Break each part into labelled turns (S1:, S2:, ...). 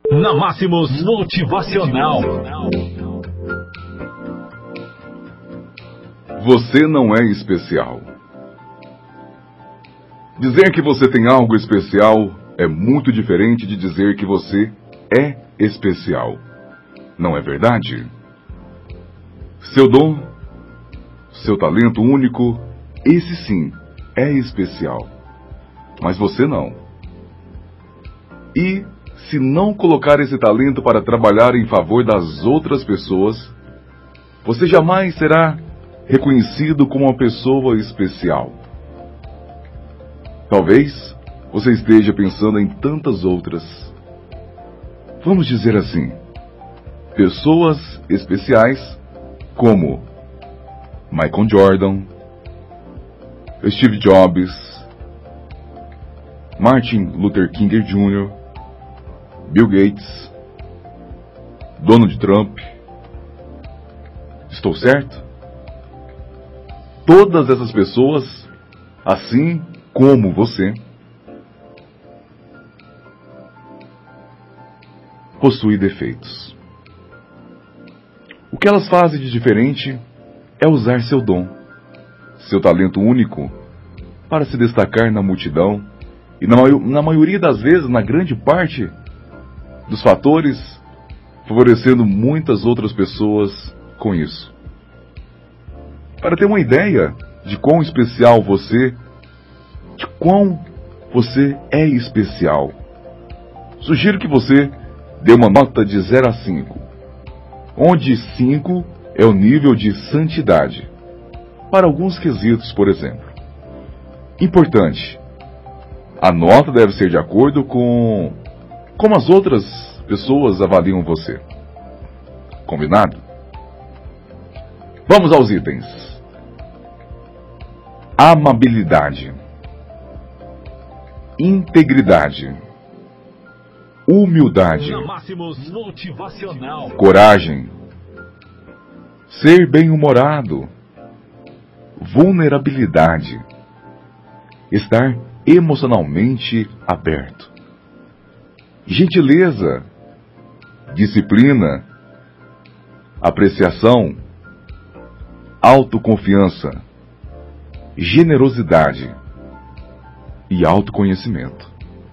S1: Na Máximos Motivacional.
S2: Você não é especial. Dizer que você tem algo especial é muito diferente de dizer que você é especial. Não é verdade? Seu dom, seu talento único, esse sim é especial. Mas você não. E se não colocar esse talento para trabalhar em favor das outras pessoas, você jamais será reconhecido como uma pessoa especial. Talvez você esteja pensando em tantas outras. Vamos dizer assim, pessoas especiais como Michael Jordan, Steve Jobs, Martin Luther King Jr., Bill Gates, Donald Trump. Estou certo? Todas essas pessoas, assim como você, possuem defeitos. O que elas fazem de diferente é usar seu dom, seu talento único, para se destacar na multidão e, na maioria das vezes, na grande parte dos fatores, favorecendo muitas outras pessoas com isso. Para ter uma ideia de quão especial você, de quão você é especial, sugiro que você dê uma nota de 0 a 5, onde 5 é o nível de santidade, para alguns quesitos, por exemplo. Importante, a nota deve ser de acordo com como as outras pessoas avaliam você. Combinado? Vamos aos itens. Amabilidade, integridade, humildade, coragem, ser bem-humorado, vulnerabilidade, estar emocionalmente aberto, gentileza, disciplina, apreciação, autoconfiança, generosidade e autoconhecimento.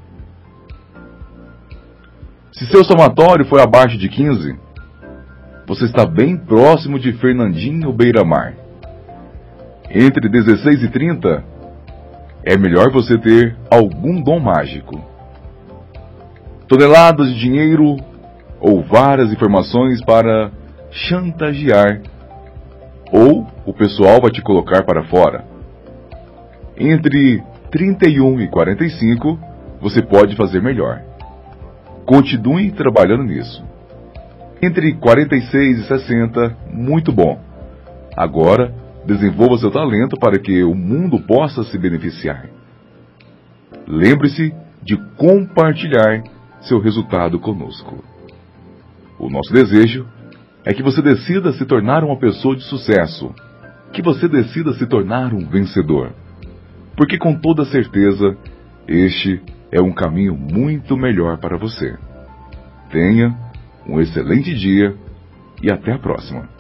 S2: Se seu somatório for abaixo de 15, você está bem próximo de Fernandinho Beiramar. Entre 16 e 30, é melhor você ter algum dom mágico. Toneladas de dinheiro ou várias informações para chantagear, ou o pessoal vai te colocar para fora. Entre 31 e 45, você pode fazer melhor. Continue trabalhando nisso. Entre 46 e 60, muito bom. Agora, desenvolva seu talento para que o mundo possa se beneficiar. Lembre-se de compartilhar seu resultado conosco. O nosso desejo é que você decida se tornar uma pessoa de sucesso, que você decida se tornar um vencedor, porque com toda certeza este é um caminho muito melhor para você. Tenha um excelente dia e até a próxima.